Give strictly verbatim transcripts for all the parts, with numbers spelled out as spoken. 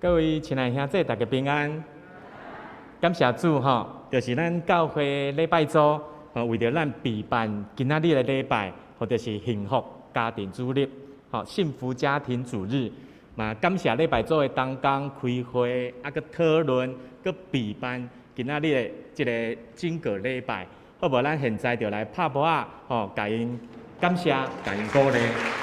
各位亲爱兄弟，大家平安。感谢主吼，就是咱教会礼拜组，吼为着咱备办今仔日的礼拜，或者是幸福家庭主日，吼幸福家庭主日。嘛，感谢礼拜组的同工开会，啊，佮讨论，佮备办今仔日的即个整个礼拜。好无？咱现在就来拍鼓啊，吼，甲因感谢，甲因鼓励。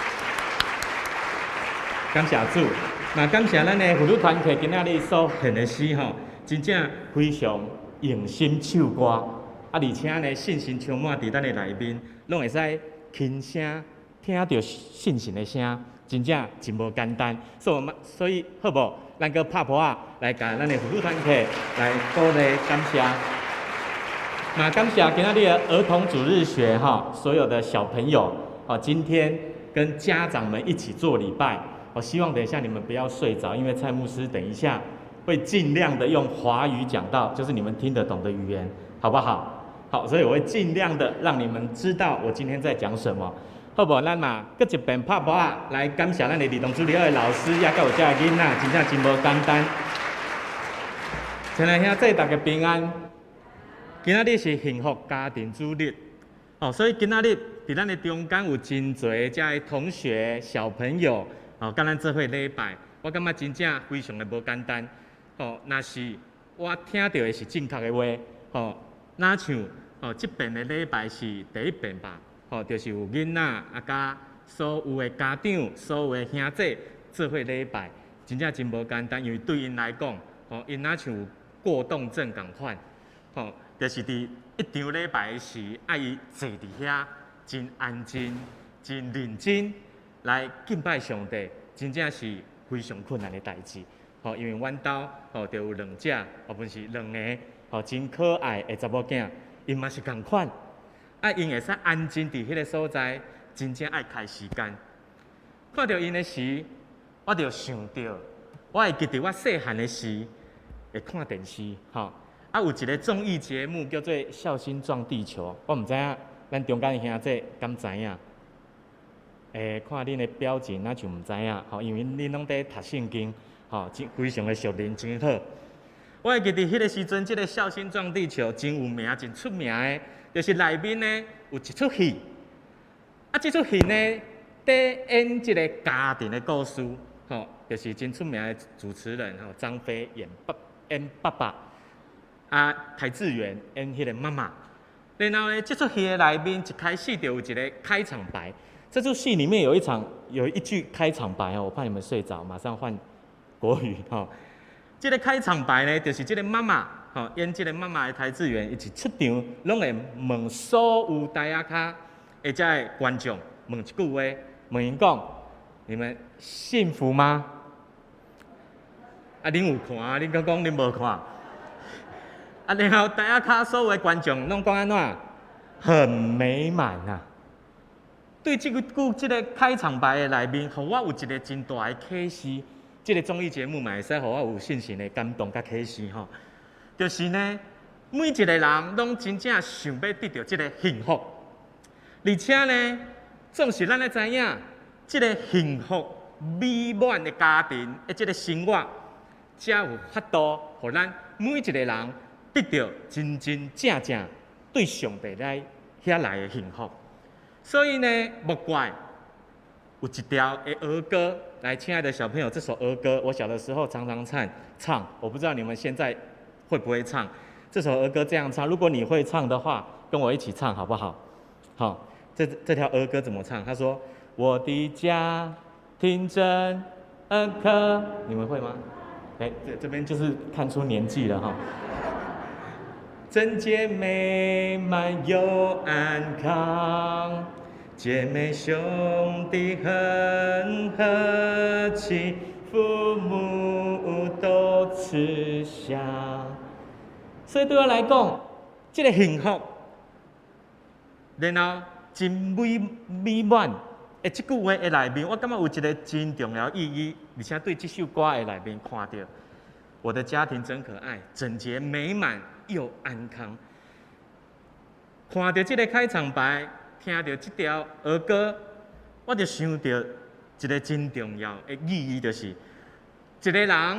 感谢主。那感谢咱的妇女团体今仔日所献的诗吼，真正非常用心唱歌，啊，而且呢信心充满伫咱的内面，拢会使轻声听到信心的声，真正真无简单。所以，所以好无？咱个拍鼓啊，来甲咱的妇女团体来鼓励感谢。那感谢今仔日的儿童主日学哈，所有的小朋友哦，今天跟家长们一起做礼拜。我希望等一下你们不要睡着，因为蔡牧师等一下会尽量的用华语讲到，就是你们听得懂的语言，好不好？好，所以我会尽量的让你们知道我今天在讲什么。好不好？咱嘛，搁一遍拍鼓啊，来感谢咱的儿童主日学的老师，也甲有遮个囡仔，真正真无简单。亲爱兄弟，大家平安。今仔日是幸福家庭主日，哦，所以今仔日伫咱的中间有真侪遮的同学、小朋友。哦，甲咱做伙礼拜，我感觉真正非常的无简单。哦，若是我听到的是正确的话，哦，哪像哦，这边的礼拜是第一遍吧？哦，就是有囡仔啊，甲所有的家长、所有的兄弟做伙礼拜，真正真无简单。因为对因来讲，哦，因哪像有过动症共款，哦，就是伫一场礼拜时，爱伊坐伫遐，真安静、真认真。来敬拜上帝，真正是非常困难的代志。吼，因为阮兜吼就有两只，或分是两个吼真可爱的查某囝，因嘛是共款。啊，因会使安静伫迄个所在，真正爱开时间。看到因的时，我就想到，我会记得我细汉的时会看电视，吼啊有一个综艺节目叫做《孝心撞地球》，我毋知影咱中间的兄弟敢知影？诶，看恁的表情，那就唔知影，吼，因为恁拢在读圣经，吼，真非常的熟练，真好。我会记得迄个时阵，即、這个《孝心撞地球》真有名、真出名的，就是内面呢有一出戏，啊，这出戏呢在演即个家庭的故事，吼，就是真出名的主持人，吼，张飞演爸演爸爸，啊，台志远演迄个妈妈。然后呢，这出戏的内面一开始就有一个开场白。这出戏里面有一场有一句开场白哦，我怕你们睡着，马上换国语哈、哦。这个开场白呢，就是这个妈妈哈、哦、演这个妈妈的台志远，一起出场，拢会问所有大家卡或者的观众问一句话，问因讲：你们幸福吗？啊，恁有看啊？恁讲讲恁无看？啊，然后大家卡所有的观众拢讲安怎？很美满啊！对这个句这个开场白的内面，互我有一个真大的启示。这个综艺节目嘛，会使互我有信心的感动甲启示吼。就是呢，每一个人拢真正想要得到这个幸福，而且呢，总是咱咧知影，这个幸福美满的家庭的这个生活，才有法度，互咱每一个人得到真真正正对上帝来遐来的幸福。所以呢，莫怪有一条的儿歌，来，亲爱的小朋友，这首儿歌我小的时候常常唱，唱，我不知道你们现在会不会唱。这首儿歌这样唱，如果你会唱的话，跟我一起唱好不好？好，这这条儿歌怎么唱？他说：“我的家庭真可”，你们会吗？哎，这这边就是看出年纪了哈。贞洁美满又安康，姐妹兄弟很和气，父母都慈祥。所以对我来讲，这个幸福，然后真美美满的这句话的内面，我感觉有一个真重要意义，而且对这首歌的内面看到，我的家庭真可爱，整洁美满。又安康，看到这个开场白，听到这条儿歌，我就想到一个真重要的意义，就是一个人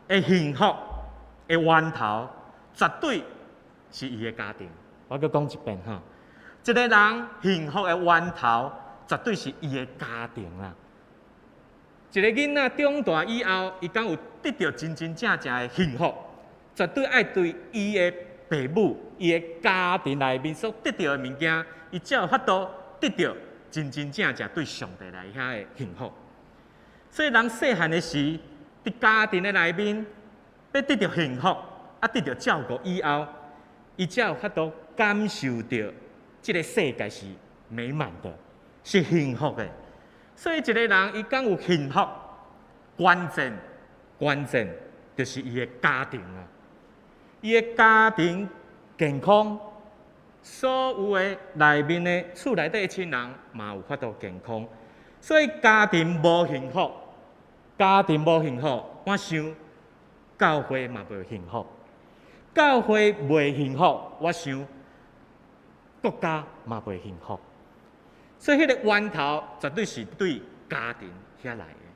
的幸福的源头，绝对是伊的家庭。我搁讲一遍哈，一个人幸福的源头，绝对是伊的家庭啦。一个囡仔长大以后，伊敢有得到真真正正的幸福，绝对爱对伊的父母、伊的家庭内面所得到的物件，伊才有法度得到真真正正对上帝来遐的幸福。所以人细汉的时，伫家庭的内面，要得到幸福，啊得到照顾以后，伊才有法度感受到这个世界是美满的，是幸福的。所以一个人伊敢有幸福，关键关键就是伊的家庭啊，伊的家庭健康，所有的内面的厝内底的亲人嘛有法度健康。所以家庭无幸福，家庭无幸福，我想教会嘛袂幸福。教会袂幸福，我想国家嘛袂幸福。所以迄个源头绝对是对家庭遐来的。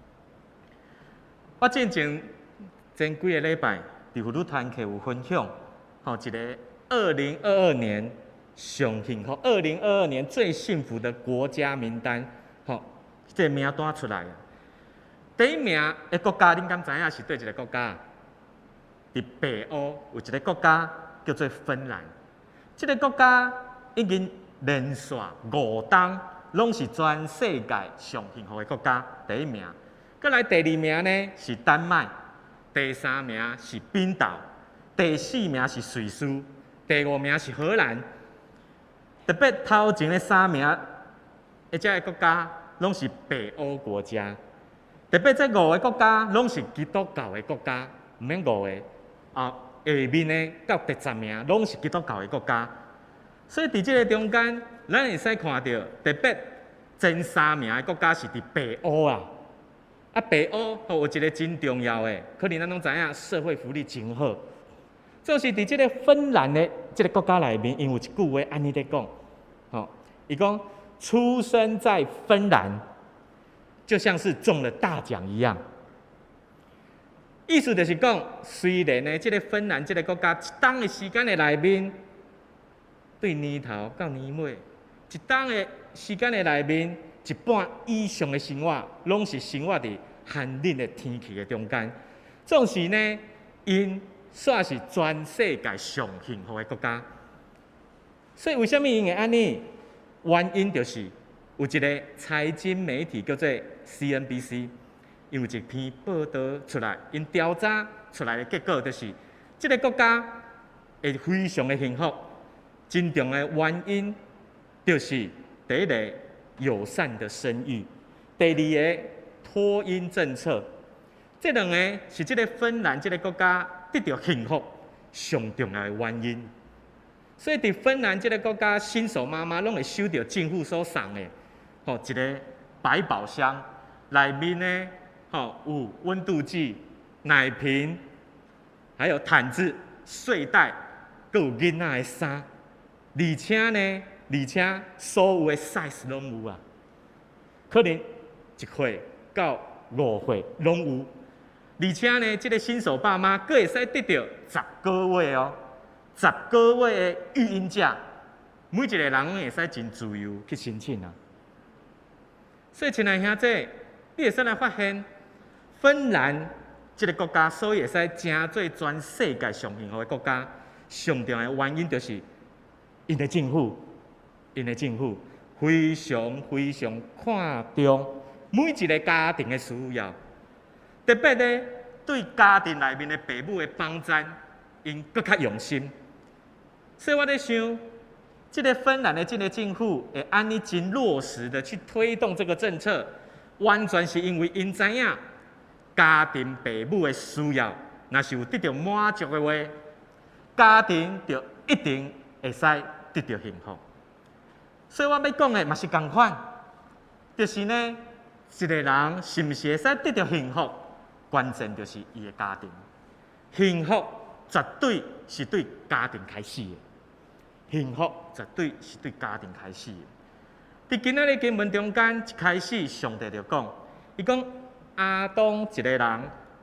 我之前前几个礼拜伫妇女团契有分享，吼一个二零二二年上幸福，二零二二年最幸福的国家名单，吼，这个名单出来啊。第一名的国家，恁敢知影是对一个国家？伫北欧有一个国家叫做芬兰，这个国家已经连续五冬拢是全世界上幸福的国家，第一名。再来第二名呢是丹麦，第三名是冰岛，第四名是瑞士，第五名是荷兰。特别头前的三名，而这个国家拢是北欧国家。特别这五个国家拢是基督教的国家，唔免五个啊，下面呢到第十名拢是基督教的国家。所以伫这个中间，咱会使看到，特别前三名的国家是伫北欧啊。啊，北欧哦有一个真重要的，可能咱拢知影社会福利真好。就是伫这个芬兰的这个国家内面，因有一句话安尼在讲，吼、哦，伊讲出生在芬兰，就像是中了大奖一样。意思就是讲，虽然呢，这个芬兰这个国家一冬的时间的内面，对年头到年尾，一冬的时间的内面，一半以上的生活，拢是生活伫寒冷的天气的中间。总是呢，因算是全世界上幸福的国家。所以为什么因会安尼？原因就是有一个财经媒体叫做 C N B C， 因有一篇报道出来，因调查出来的结果就是，这个国家会非常的幸福。真重的原因就是第一个友善的生育，第二个托婴政策，这两个是这个芬兰这个国家得到幸福上重要的原因。所以伫芬兰这个国家，新手妈妈拢会收到政府所送的，吼一个百宝箱，内面呢，吼有温度计、奶瓶，还有毯子、睡袋，佮有囡仔的衫。而且呢，而且所有的 size 拢有啊，可能一岁到五岁拢有。而且呢，这个新手爸妈佫会使得到十个月哦，十个月的育婴假，每一个人拢会使真自由去申请啊。所以，亲爱兄弟，你会使来发现，芬兰这个国家所以会使成做全世界上幸福的国家，上重要的原因就是。因的政府，因的政府非常非常看重每一个家庭的需要，特别呢对家庭内面的父母的帮衬，因更较用心。所以我在想，这个芬兰的这个政府会安尼真落实的去推动这个政策，完全是因为因知影家庭父母的需要，若是有得到满足的话，家庭就一定会使。得到幸福，所以我要讲的嘛是同款，就是呢，一个人是毋是会使得到幸福，关键就是伊的家庭。幸福绝对是对家庭开始的，幸福绝对是对家庭开始的。伫今仔日经文中间一开始，上帝就讲，伊讲亚当一个人，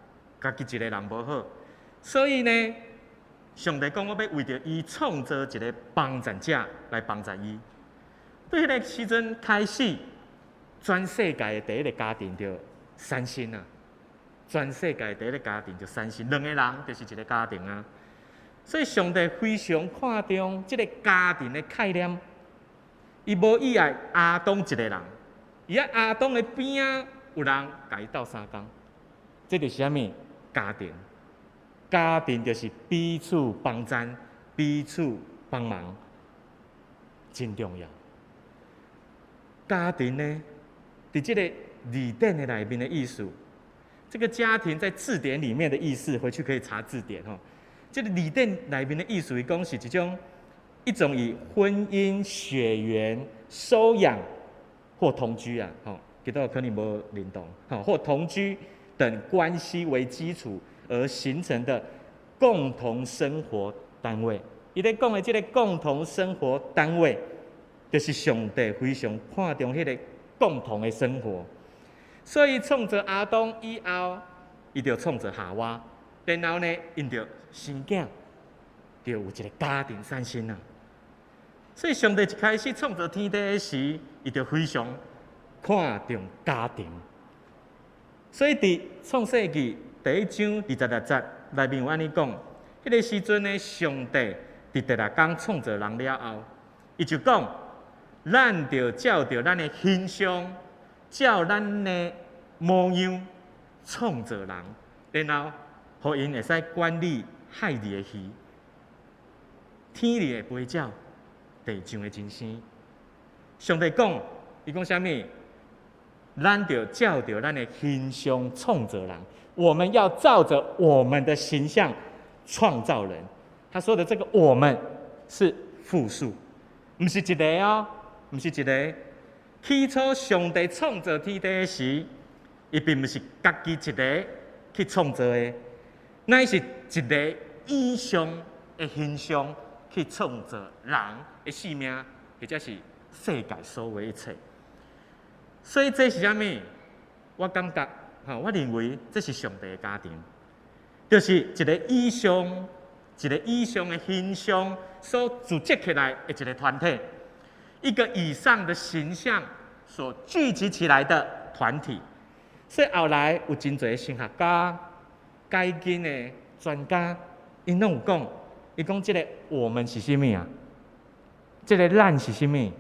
家己一个人无好，所以呢，上帝讲我要为着伊创造一个帮助者来帮助伊。对迄个时阵开始，全世界的第一个家庭就产生啊！全世界第一个家庭就产生，两个人就是一个家庭啊。所以上帝非常看重这个家庭的概念。伊无意爱亚当一个人，伊啊亚当的边啊有人甲伊斗相共，这就是啥物？家庭。家庭就是彼此帮衬、彼此帮忙，真重要。家庭呢，在这个字典的里面的意思，这个家庭在字典里面的意思，回去可以查字典吼。这个字典里面的意思，伊讲是一种一种以婚姻、血缘、收养或同居啊，吼，记到可能无认同，吼，或同居等关系为基础而形成的共同生活单位。伊咧讲的这个共同生活单位，就是上帝非常看重迄个共同的生活。所以创造亚当以后，伊就创造夏娃，然后呢，因着生囝，就有一个家庭产生啊。所以上帝一开始创造天地的时，伊就非常看重家庭。所以伫创世纪第一章二十六节内面有安尼讲，迄、那个时阵呢，上帝伫第六天创造人了后，伊就讲，咱着照着咱的形象，照咱的模样创造人，然后互因会使管理海里的鱼、天里的飞鸟、地上的精星。上帝讲，伊讲啥物？咱就照着咱的形象创造人，我们要照着我们的形象创造人。他说的这个“我们”是复数，不是一个哦，不是一个。起初上帝创造天地的时，伊并不是家己一个去创造的，乃是一个以上的形象去创造人的性命，或者是世界所有一切。所以这是啥物？我感觉，哈，我认为这是上帝的家庭，就是一个以上、一个以上的形象所组织起来的一个团体，一个以上的形象所聚集起来的团体。所以后来有真侪神学家、解经的专家，因拢有讲，伊讲这个我们是啥物啊？这个咱是啥物？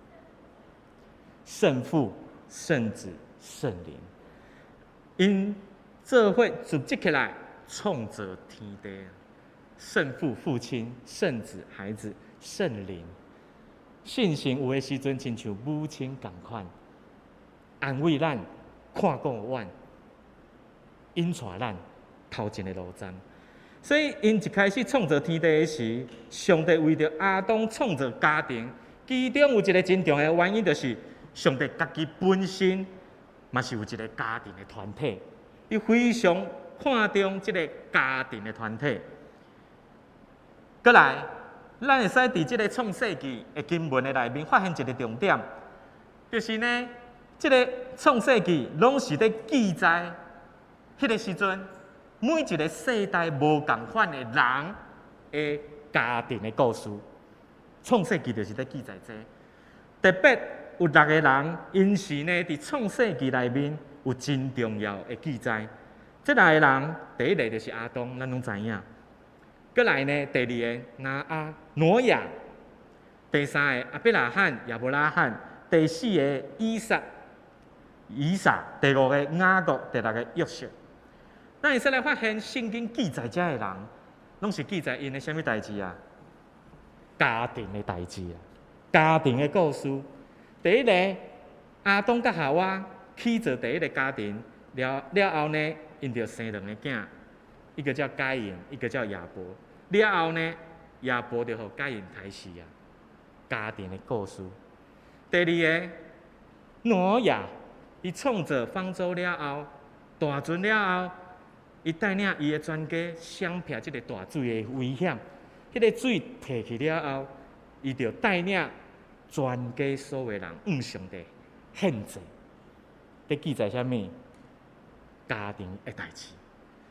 圣父、圣子、圣灵，因这会组织起来创造天地。圣父、父亲；圣子、孩子；圣灵。信心有的时阵，亲像母亲同款，安慰咱、看顾阮、引带咱头前的路站。所以，因一开始创造天地的时，上帝为着亚当创造家庭，其中有一个真重要的原因，就是上帝家己本身嘛是有一个家庭的团体，伊非常看重这个家庭的团体。再来，咱会使伫这个创世纪的经文的内面发现一个重点，就是呢，这个创世纪拢是咧记载迄个时阵每一个世代无共款的人的家庭的故事。创世纪就是咧记载这，特别有六个人，因是呢伫创世纪内面有真重要的记载。这六个人，第一个就是亚当，咱拢知影。再来呢，第二个拿阿挪亚，第三个阿伯拉罕、亚伯拉罕，第四个以撒、以撒，第五个雅各，第六个约瑟。咱会使来发现圣经记载这个人，拢是记载因的什么代志啊？家庭的代志啊，家庭的故事。第一个亚当甲夏娃起造第一个家庭了了后呢，因就生两个囝。一个叫该隐，一个叫亚伯。了后呢，亚伯就互该隐杀死啊。家庭的故事。第二个，挪亚，伊创造方舟了后，大船了后，伊带领伊的全家闪避这个大水的危险。迄、那个水退去了后，伊就带领全家所有人向上帝献祭。在记载啥物？家庭的代志。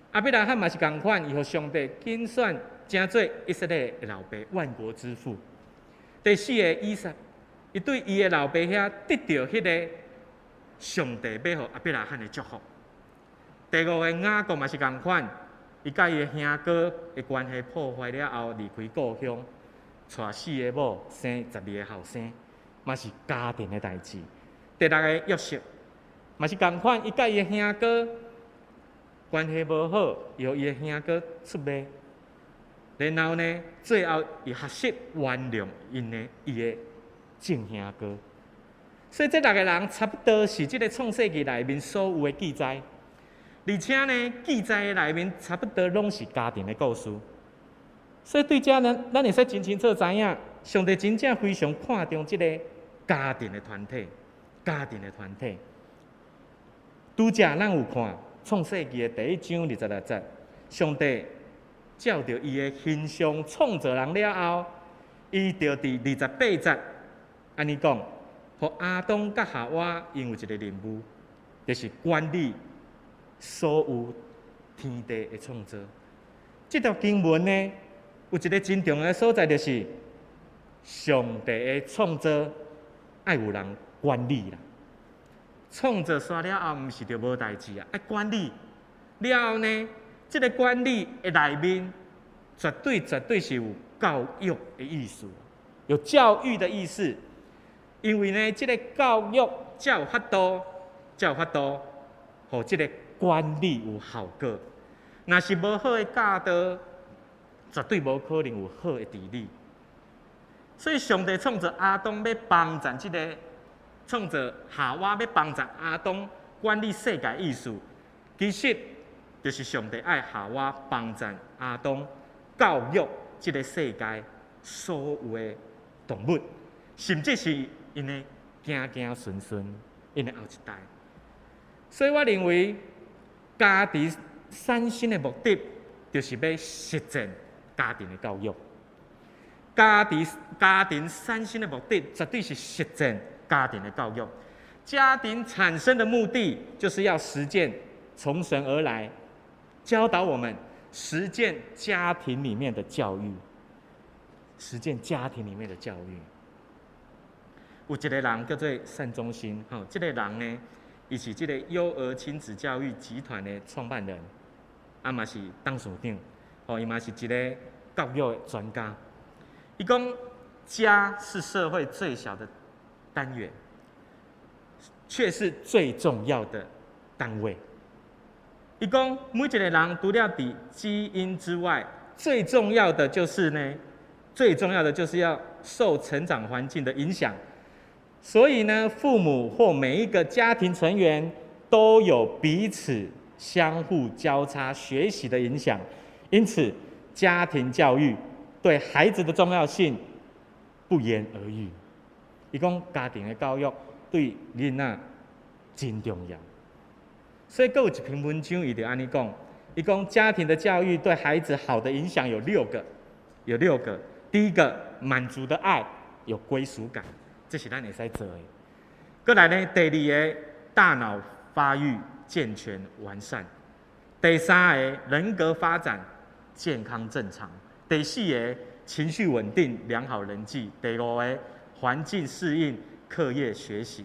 亚伯拉罕嘛是同款，伊互上帝拣选，成做以色列的老爸，万国之父。第四个以撒，伊对伊的老爸遐得到迄个上帝要互亚伯拉罕的祝福。第五个雅各嘛是同款，伊甲伊的兄哥的关系破坏了后，离开故乡，带四个某，生十二个后生，嘛是家庭的代志。第六个约瑟，嘛是同款，伊甲伊的兄哥关系无好，伊互伊的兄哥出卖。然后呢，最后伊学习原谅因的伊的正兄哥。所以这六个人差不多是这个创世纪内面所有的记载，而且呢，记载的内面差不多拢是家庭的故事。所以对这呢，咱会使真清楚知影，上帝真正非常看重这个家庭的团体，家庭的团体。拄则咱有看创世纪的第一章二十六节，上帝照着伊的形象创造人了后，伊就伫二十八节安尼讲，互亚当甲夏娃因有一个任务，就是管理所有天地的创造。这条经文呢，有一个真重要的所在，就是上帝的创造爱有人管理啦。创造煞了后，毋是就无代志啊，爱管理了后呢？这个管理的内面，绝对绝对是有教育的意思，有教育的意思。因为呢，这个教育才有法度，才有法度，互这个管理有效果。若是无好的教导，绝对无可能有好的治理。所以上帝创造亚当要帮助这个，创造夏娃要帮助亚当管理世界的意思，其实就是上帝爱夏娃帮助亚当教育这个世界所有的动物，甚至是因的子子孙孙，因的后一代。所以我认为，家庭产生的目的，就是要实践家庭的教育。家庭家庭产生的目的，绝对是实践家庭的教育。家庭产生的目的，就是要实践从神而来，教导我们实践家庭里面的教育，实践家庭里面的教育。有一个人叫做单忠兴，吼，这个人呢，伊是这个幼儿亲子教育集团的创办人，啊嘛是董事长，吼，伊嘛是一个教育的专家。伊讲，家是社会最小的单元，却是最重要的单位。伊讲，每一个人除了伫基因之外，最重要的就是呢，最重要的就是要受成长环境的影响。所以呢，父母或每一个家庭成员都有彼此相互交叉学习的影响，因此家庭教育对孩子的重要性不言而喻。伊讲家庭的教育对囡仔真重要，所以还有一篇文章，伊就安尼讲，伊讲家庭的教育对孩子好的影响有六个，有六个。第一个，满足的爱，有归属感。这是咱会使做的。过来呢，第二个大脑发育健全完善，第三个人格发展健康正常，第四个情绪稳定良好人际，第五个环境适应课业学习。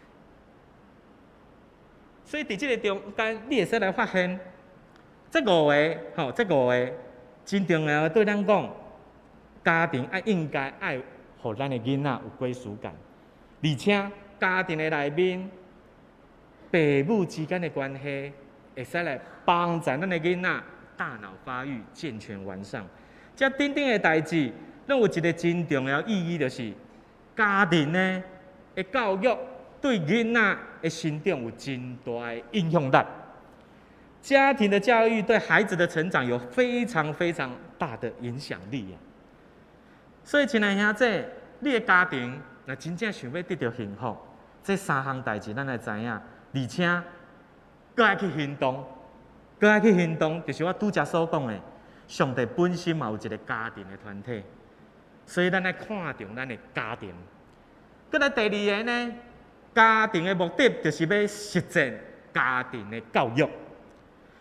所以伫这个中间，你会使来发现，这五个吼，这五个真重要，对咱讲，家庭爱应该爱。互咱的囡仔有归属感，而且家庭的内面，父母之间的关系，会使来帮助咱的囡仔大脑发育健全完善。这等等的代志，咱有一个真重要意义，就是家庭呢的教育对囡仔的成长有真大的影响力。家庭的教育对孩子的成长有非常非常大的影响力啊！所以，亲爱兄弟，你的家庭若真正想要得到幸福，这三项代志咱来知影，而且搁爱去行动，搁爱去行动，就是我拄则所讲的，上帝本身嘛有一个家庭的团体，所以咱来看重咱的家庭。搁来第二个呢，家庭的目的就是要实践家庭的教育。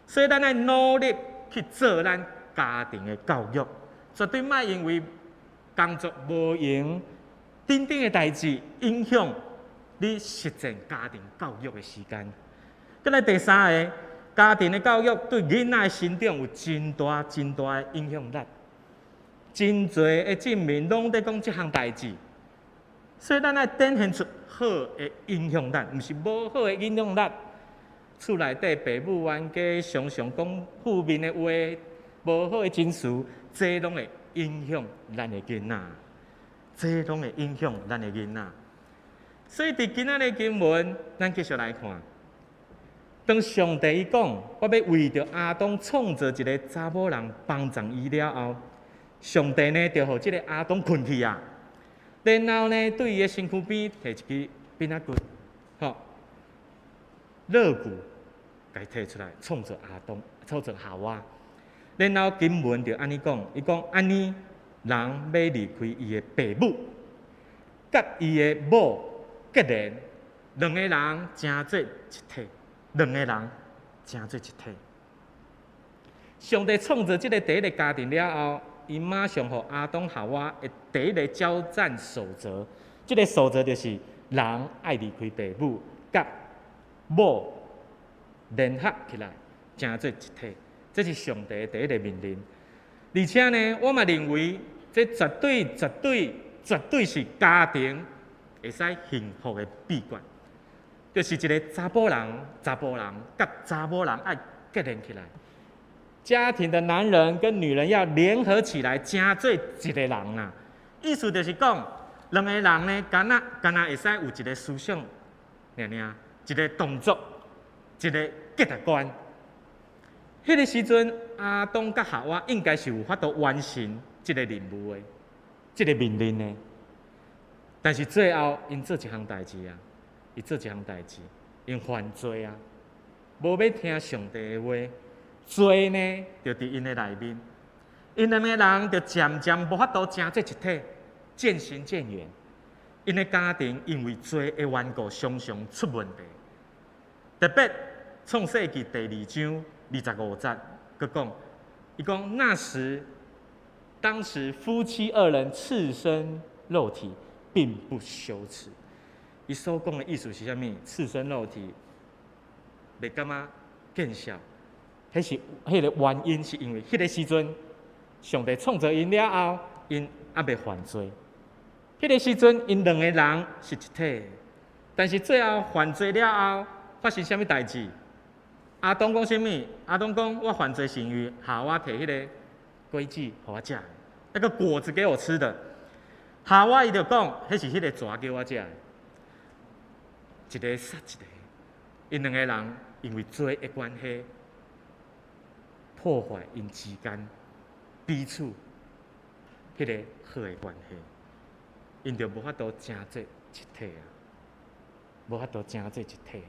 所以咱要努力去做咱家庭的教育，绝对莫因为工作无用，等等的代志影响你实践家庭教育的时间。再来第三个，家庭的教育对囡仔的成长有真大真大的影响力。真侪的证明拢在讲这项代志，所以咱要展现出好的影响力，毋是无好的影响力。厝内底父母冤家常常讲负面的话，无好的情绪，这拢会影响咱的囡仔，这拢会影响咱的囡仔。所以伫今仔日经文，咱继续来看。当上帝伊讲，我要为着亚当创造一个查某人帮助伊了后，上帝呢就互即个亚当困去啊，然后呢对伊的身躯边摕一支鞭仔骨，吼，肋骨，甲伊摕出来创造亚当，创造夏娃。然后经文就安尼讲，伊讲安尼，人要离开伊的父母，甲伊的某结连，两个人成做一体。两个人成做一体。上帝创造这个第一个家庭了后，伊马上互亚当夏娃的第一个交战守则。这个守则就是人爱离开父母，甲某联合起来，成做一体。这是上帝的第一个命令。而且呢，我嘛认为这绝对、绝对、绝对是家庭会使幸福的秘诀。就是一个查甫人、查甫人甲查某人爱结连起来，家庭的男人跟女人要联合起来，成做一个人啊。意思就是讲，两个人呢，敢若敢若会使有一个思想，尔尔，一个动作，一个价值观。迄个时阵，亚当甲夏娃应该是有法度完成这个任务的，这个命令的。但是最后，因做一项代志啊。伊做一项代志，因犯罪啊，无要听上帝的话，罪呢就伫因的内面，因两个人就渐渐无法度成做一体，渐行渐远。因的家庭因为罪的缘故，常常出问题。特别创世纪第二章二十五节，佮讲，伊讲那时，当时夫妻二人赤身肉体，并不羞耻。伊所讲的意思是啥物？赤身肉体，袂感觉见笑，迄是迄个原因，是因为迄个时阵，上帝创造因了后，因还未犯罪。迄个时阵，因两个人是一体，但是最后犯罪了后，发生啥物代志？亚当讲啥物？亚当讲我犯罪是因为夏娃摕迄个果子互我食，那个果子给我吃的。夏娃伊就讲，迄是迄个蛇给我食的。一个杀一个，因两个人因为罪的关系，破坏因之间彼此迄个好的关系，因就无法度成做一体啊，无法度成做一体。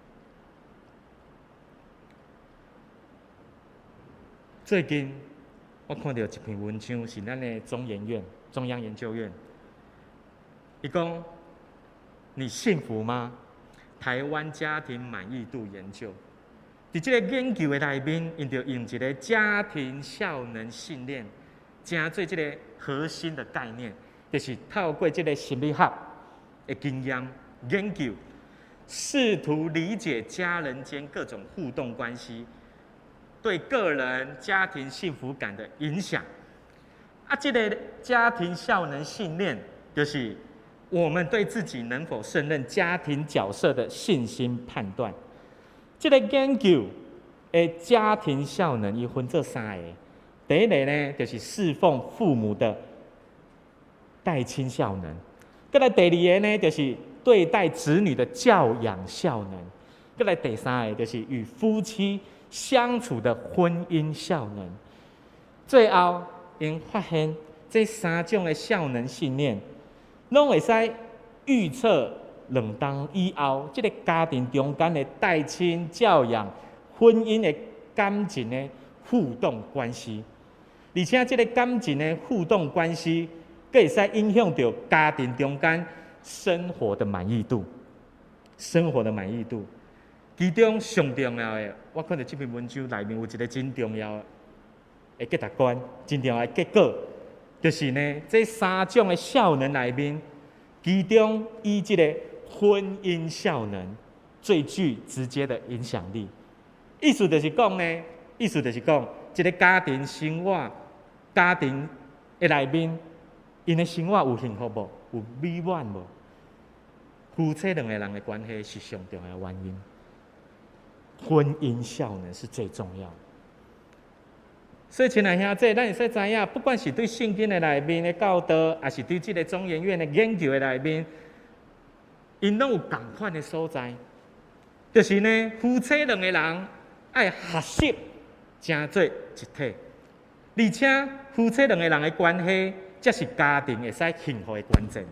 最近我看到一篇文章，是咱的中研院中央研究院，伊讲你幸福吗？台湾家庭满意度研究，伫这个研究的内面，因就用一个家庭效能训练，成做这个核心的概念，就是透过这个心理学的经验研究，试图理解家人间各种互动关系对个人家庭幸福感的影响。啊，这个家庭效能训练，就是我们对自己能否胜任家庭角色的信心判断。这个研究的家庭效能，伊分做三个。第一个呢，就是侍奉父母的代亲效能；再来第二个呢，就是对待子女的教养效能；再来第三个，就是与夫妻相处的婚姻效能。最后，因发现这三种的效能训练，拢会使预测两当以后，这个家庭中间的代亲教养、婚姻的感情的互动关系，而且这个感情的互动关系，更会使影响到家庭中间生活的满意度。生活的满意度， 其中上重要的，我看到这篇文章内面有一个真重要的结答观，真重要的结果，就是呢，这三种的效能内面，其中以这个婚姻效能最具直接的影响力。意思就是讲呢，意思就是讲，一个家庭生活、家庭的内面，因的生活有幸福无？有美满无？夫妻两个人的关系是上重要的原因。婚姻效能是最重要的。所以，亲爱兄弟，咱会使知影，不管是对圣经的内面的教导，还是对这个中研院的研究的内面，因拢有同款的所在，就是呢，夫妻两个人爱合适，成做一体，而且夫妻两个人的关系，才是家庭会使幸福的关键，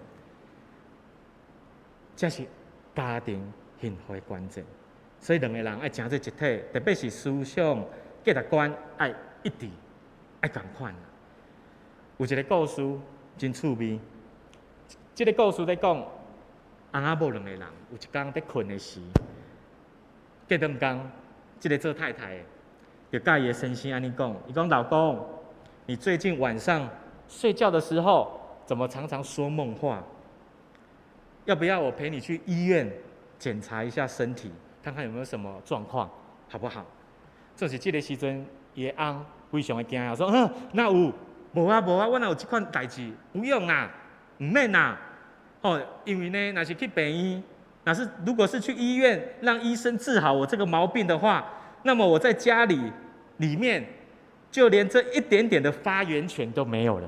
这是家庭幸福的关键。所以两个人爱成做一体，特别是思想、价值观爱一致，爱同款。有一个故事真趣味，这个故事在讲，翁仔某两个人有一天在困的时，隔两天，这个做太太的就甲伊的先生安尼讲，伊讲老公，你最近晚上睡觉的时候，怎么常常说梦话？要不要我陪你去医院检查一下身体？看看有没有什么状况，好不好？就是这个时阵，伊的翁非常的惊讶，说：“嗯，那有？无啊，无啊，我哪有这款代志？不用啦，唔免啦。哦，因为呢，若是去病院，若是如果是去医院让医生治好我这个毛病的话，那么我在家里里面就连这一点点的发言权都没有了。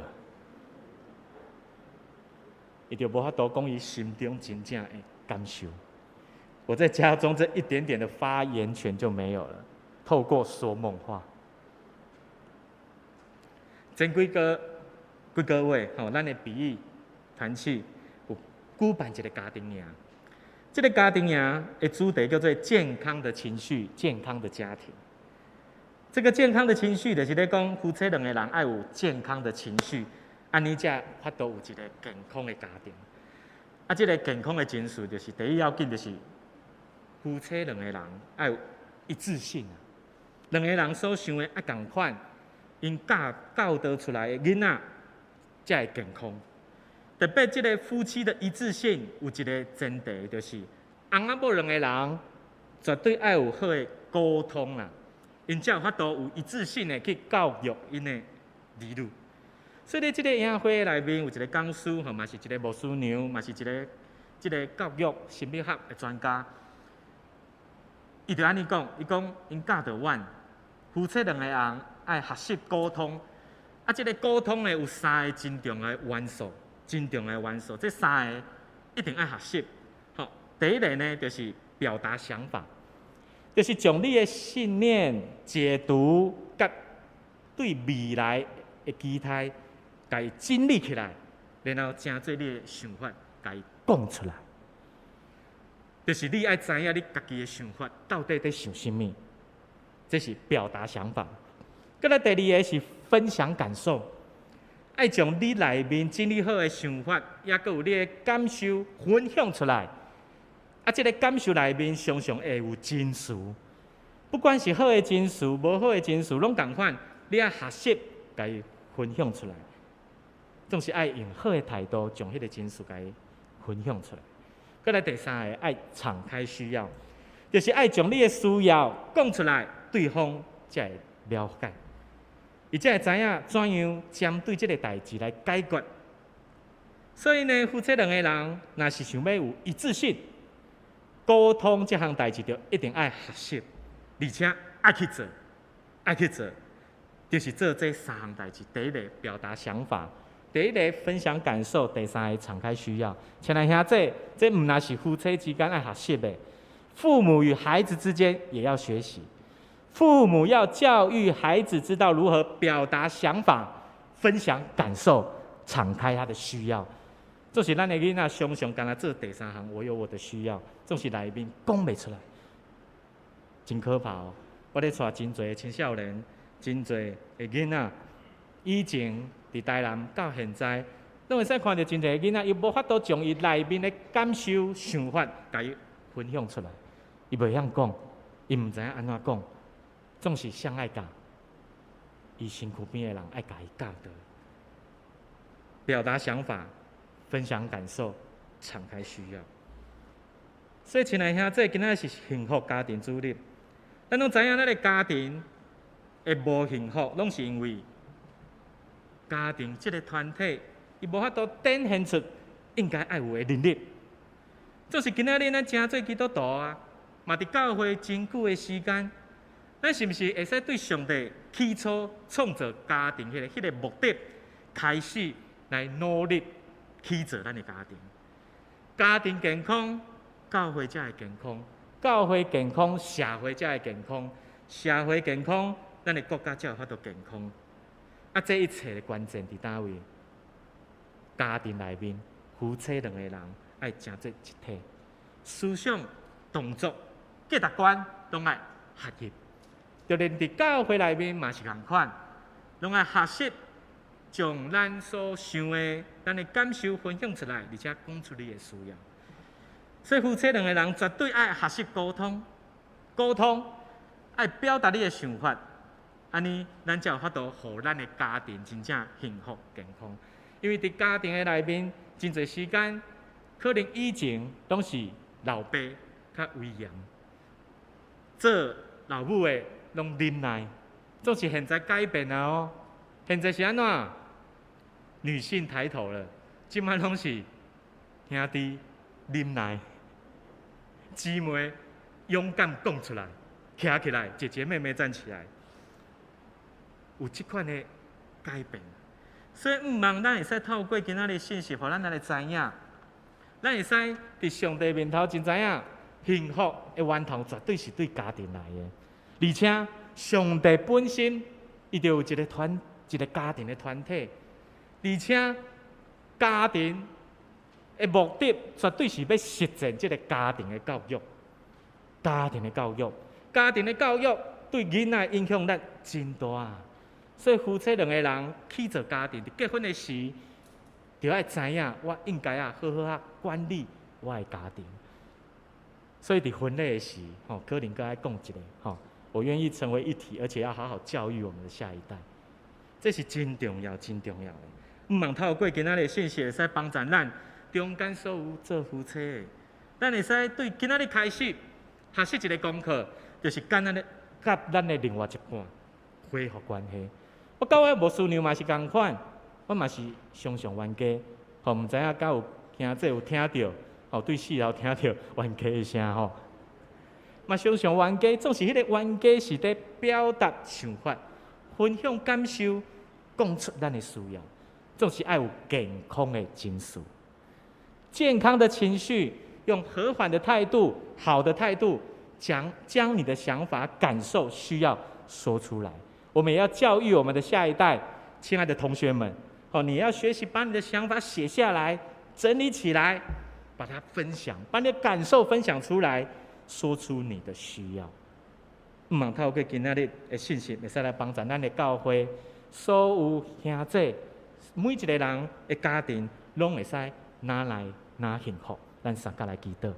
伊就无法度讲伊心中真正的感受。”我在家中这一点点的发言权就没有了，透过说梦话。前几个几个月，吼，咱的比喻谈起有举办一个家庭营，这个家庭营的主题叫做健康的情绪、健康的家庭。这个健康的情绪，就是咧讲夫妻两个人爱有健康的情绪，安尼才法度有一个健康的家庭。啊，这个健康的情绪，就是第一要紧就是。夫妻两个人要有一致性啊，两个人所想的爱同款，因教教导出来的囡仔才会健康。特别这个夫妻的一致性有一个前提，就是翁仔某两个人绝对要有好的沟通啊，因才有法度有一致性的去教育因的儿女。所以咧，这个营会内面有一个讲师，吼嘛是一个牧师娘，嘛是一个这个教育心理学的专家。伊就安尼讲，伊讲因教导阮夫妻两个人爱学习沟通，啊，这个沟通呢有三个真重要的元素，真重要的元素，这三个一定爱学习。好，第一个呢就是表达想法，就是将你的信念、解读、甲对未来的期待，甲伊整理起来，然后正做你的想法，甲伊讲出来。就是你爱知影你家己的想法到底在想什么，这是表达想法。再来第二个是分享感受，爱将你内面整理好的想法，也佮有你的感受分享出来。啊，这个感受内面常常会有情绪，不管是好的情绪、无好的情绪，拢同款。你爱学习，甲伊分享出来，总是爱用好的态度，将迄个情绪甲伊分享出来。再来第三个，爱敞开需要，就是爱将你的需要讲出来，对方才会了解，伊才会知影怎样针对这个代志来解决。所以呢，夫妻两个人若是想要有一致性，沟通这项代志就一定爱学习，而且爱去做，爱去做，就是做这三项代志。第一个表达想法。第一个分享感受，第三个敞开需要。亲爱兄弟，这唔那是夫妻之间爱学习的，父母与孩子之间也要学习。父母要教育孩子知道如何表达想法、分享感受、敞开他的需要。这是咱的囡仔常常干那做第三项，我有我的需要，总是内面讲袂出来，真可怕哦！我咧带真侪青少年、真侪的囡仔，以前。伫台南到现在，拢会使看到真侪囡仔，伊无法度将伊内面的感受、想法，甲伊分享出来。 伊袂晓讲，伊毋知影安怎讲，总是谁爱教，伊身躯边的人爱甲伊教导，表达想法，分享感受，敞开需要。所以，亲爱兄弟，今仔是幸福家庭主日，咱拢知影，咱的家庭会无幸福，拢是因为家庭这个团体，伊无法度展现出应该爱有的能力。就是今仔日咱正做基督徒啊，嘛伫教会真久的时间，咱是毋是会使对上帝起初创造家庭迄个迄个目的开始来努力起造咱的家庭？家庭健康，教会才会健康；教会健康，社会才会健康；社会健康，咱的国家才有法度健康。啊，这一切的关键伫倒位？家庭内面，夫妻两个人爱成做一体，思想、动作、价值观拢爱合一。就连伫教会内面嘛是同款，拢爱学习，将咱所想的、咱的感受分享出来，而且讲出你的需要。所以夫妻两个人绝对爱学习沟通，沟通爱表达你的想法。安尼，咱才有法度，互咱的家庭真正幸福健康。因为伫家庭的内面，真侪时间，可能以前拢是老爸较威严，做老母的拢忍耐，总是现在改变了哦。现在是安怎？女性抬头了，即摆拢是兄弟忍耐，姊妹勇敢讲出来，站起来，姐姐妹妹站起来。有即款的改变，所以毋茫咱会使透过今仔日信息，互咱来知影，咱会使伫上帝面头真知影，幸福的源头绝对是对家庭来的，而且上帝本身伊就有一个团、一个家庭的团体，而且家庭的目的绝对是要实践这个家庭的教育，家庭的教育，家庭的教育对囡仔影响力真大啊！所以夫妻两个人起造家庭，伫结婚的时，就要知影我应该啊好好啊管理我的家庭。所以伫婚礼的时，吼，可能该讲一个，吼，我愿意成为一体，而且要好好教育我们的下一代，这是真重要、真重要的。毋茫透过今仔日信息，会使帮助咱中间所有做夫妻的，咱会使对今仔日开始学习一个功课，就是跟咱的、甲咱的另外一半恢复关系。我到尾无思量嘛是共款，我嘛是常常冤家，吼，毋知影敢有兄弟有听到，吼，对四楼听到冤家的声吼，嘛常常冤家，总是迄个冤家是伫表达想法、分享感受、讲出咱的需要，总是爱有健康的情绪，健康的情绪，用和缓的态度、好的态度，将将你的想法、感受、需要说出来。我们也要教育我们的下一代，亲爱的同学们，哦，你要学习把你的想法写下来，整理起来，把它分享，把你的感受分享出来，说出你的需要。毋茫透过今仔日的信息，会使来帮助咱的教会所有兄弟，每一个人的家庭，拢会使拿来拿幸福。咱三甲来祈祷。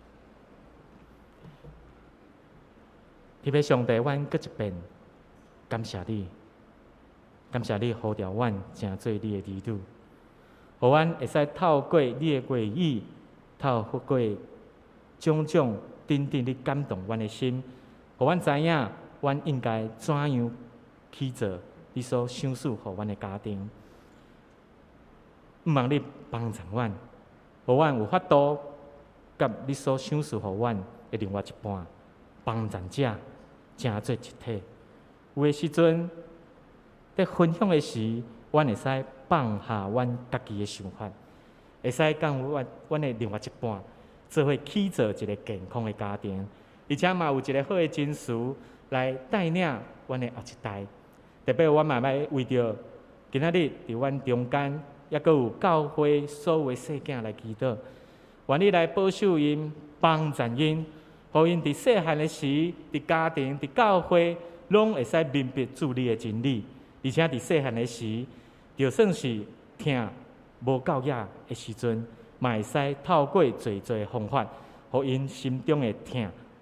特别上帝，阮搁一遍感谢你，感谢你呼召阮成做你的儿女，互阮会使透过你的话语，透过种种等等你感动阮的心，互阮知影，阮应该怎样去做你所想赐互阮的家庭。毋茫你帮助阮，互阮有法度，甲你所想赐互阮的另外一半帮助者，成做一体。有的时阵，在分享的时，阮会使放下阮家己的想法，会使甲阮阮的另外一半，做伙起造一个健康的家庭，而且嘛有一个好的情绪来带领阮的后一代。特别阮嘛要为着今仔日伫阮中间，也阁有教会所有的细囝来祈祷，愿你来保守因、帮助因，互因伫细汉的时，伫家庭、伫教会。拢会使明白主你的真理，而且伫细汉的时，就算是听无够野的时阵，嘛会使透过侪侪方法，互因心中的听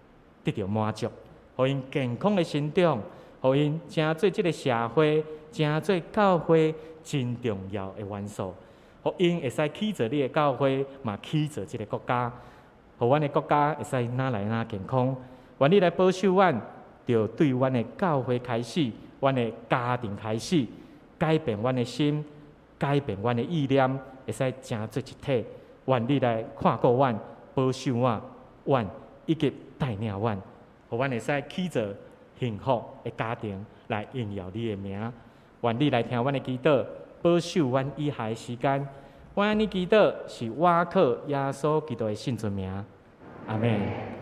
得到满足，互因健康的成长，互因成做即个社会、成做教会真重要的元素，互因会使起造你的教会，嘛起造即个国家，互阮的国家会使哪来哪健康。愿你来保守阮，就对阮的教会开始，阮的家庭开始，改变阮的心，改变阮的意念，会使成做一体。愿你来看顾阮，保守我，阮以及带领阮，互阮会使起造幸福的家庭来荣耀你的名。愿你来听阮的祈祷，保守阮以下的时间。阮安尼祈祷是我靠耶稣基督的圣尊名，阿门。